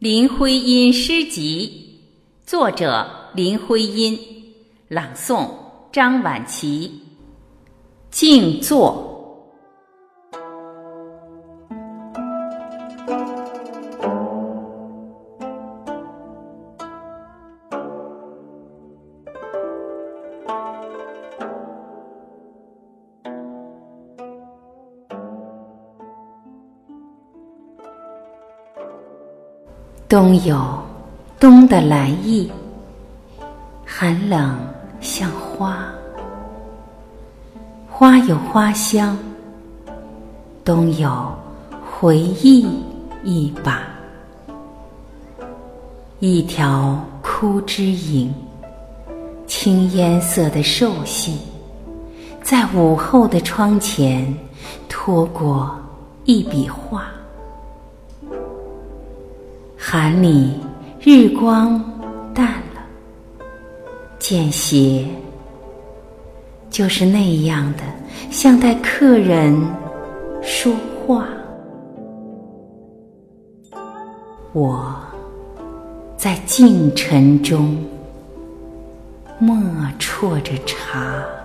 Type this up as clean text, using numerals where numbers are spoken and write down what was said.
林徽因诗集，作者林徽因，朗诵张晚琪。静坐。冬有冬的来意，寒冷像花，花有花香，冬有回忆一把。一条枯枝影，青烟色的瘦细，在午后的窗前拖过一笔画。寒里日光淡了，见斜就是那样的，像待客人说话。我在静沉中默啜着茶。